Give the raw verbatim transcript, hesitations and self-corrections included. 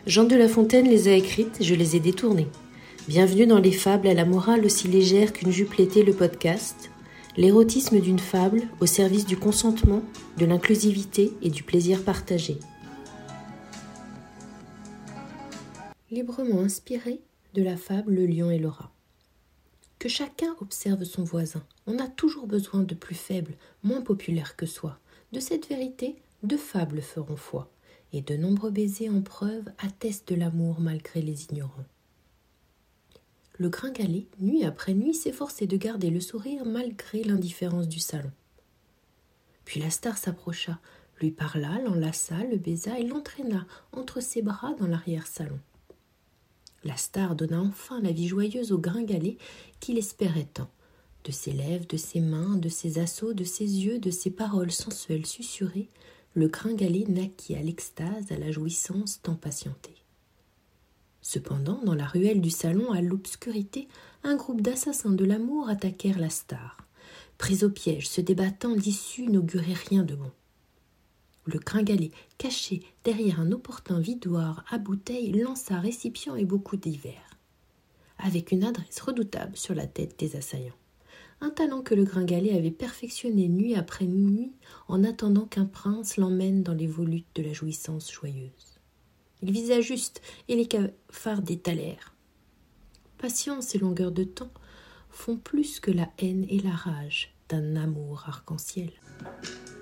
Jean de La Fontaine les a écrites, je les ai détournées. Bienvenue dans les fables à la morale aussi légère qu'une jupe l'était, le podcast. L'érotisme d'une fable au service du consentement, de l'inclusivité et du plaisir partagé. Librement inspiré de la fable Le lion et le rat. Que chacun observe son voisin. On a toujours besoin de plus faibles, moins populaires que soi. De cette vérité, deux fables feront foi. Et de nombreux baisers en preuve attestent de l'amour malgré les ignorants. Le gringalet, nuit après nuit, s'efforçait de garder le sourire malgré l'indifférence du salon. Puis la star s'approcha, lui parla, l'enlaça, le baisa et l'entraîna entre ses bras dans l'arrière-salon. La star donna enfin la vie joyeuse au gringalet qu'il espérait tant. De ses lèvres, de ses mains, de ses assauts, de ses yeux, de ses paroles sensuelles susurrées, le gringalet naquit à l'extase, à la jouissance tant patientée. Cependant, dans la ruelle du salon, à l'obscurité, un groupe d'assassins de l'amour attaquèrent la star. Prise au piège, se débattant, l'issue n'augurait rien de bon. Le gringalet, caché derrière un opportun vidoir à bouteilles, lança récipient et beaucoup d'hivers, avec une adresse redoutable sur la tête des assaillants. Un talent que le gringalet avait perfectionné nuit après nuit en attendant qu'un prince l'emmène dans les volutes de la jouissance joyeuse. Il visa juste et les cafards détalèrent. Patience et longueur de temps font plus que la haine et la rage d'un amour arc-en-ciel.